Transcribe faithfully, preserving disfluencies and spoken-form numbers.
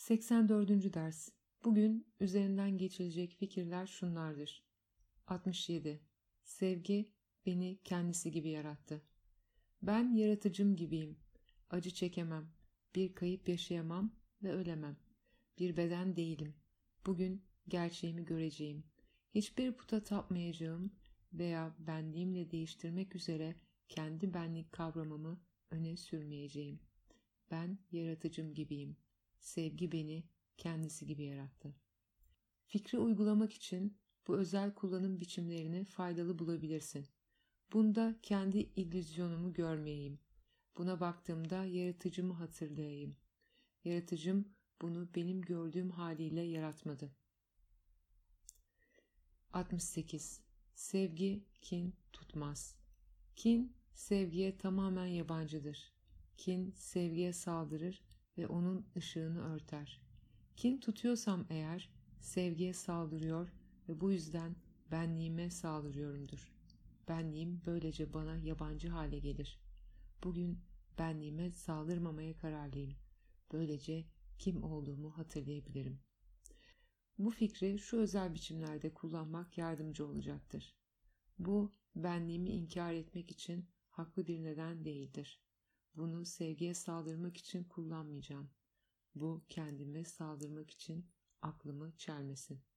seksen dördüncü ders. Bugün üzerinden geçilecek fikirler şunlardır. altmış yedi. Sevgi beni kendisi gibi yarattı. Ben yaratıcım gibiyim. Acı çekemem. Bir kayıp yaşayamam ve ölemem. Bir beden değilim. Bugün gerçeğimi göreceğim. Hiçbir puta tapmayacağım veya benliğimle değiştirmek üzere kendi benlik kavramımı öne sürmeyeceğim. Ben yaratıcım gibiyim. Sevgi beni kendisi gibi yarattı. Fikri uygulamak için bu özel kullanım biçimlerini faydalı bulabilirsin. Bunda kendi illüzyonumu görmeyeyim. Buna baktığımda yaratıcımı hatırlayayım. Yaratıcım bunu benim gördüğüm haliyle yaratmadı. altmış sekiz. Sevgi kin tutmaz. Kin sevgiye tamamen yabancıdır. Kin sevgiye saldırır ve onun ışığını örter. Kin tutuyorsam eğer sevgiye saldırıyor ve bu yüzden benliğime saldırıyorumdur. Benliğim böylece bana yabancı hale gelir. Bugün benliğime saldırmamaya kararlıyım. Böylece kim olduğumu hatırlayabilirim. Bu fikri şu özel biçimlerde kullanmak yardımcı olacaktır. Bu benliğimi inkar etmek için haklı bir neden değildir. Bunu sevgiye saldırmak için kullanmayacağım. Bu kendime saldırmak için aklımı çelmesin.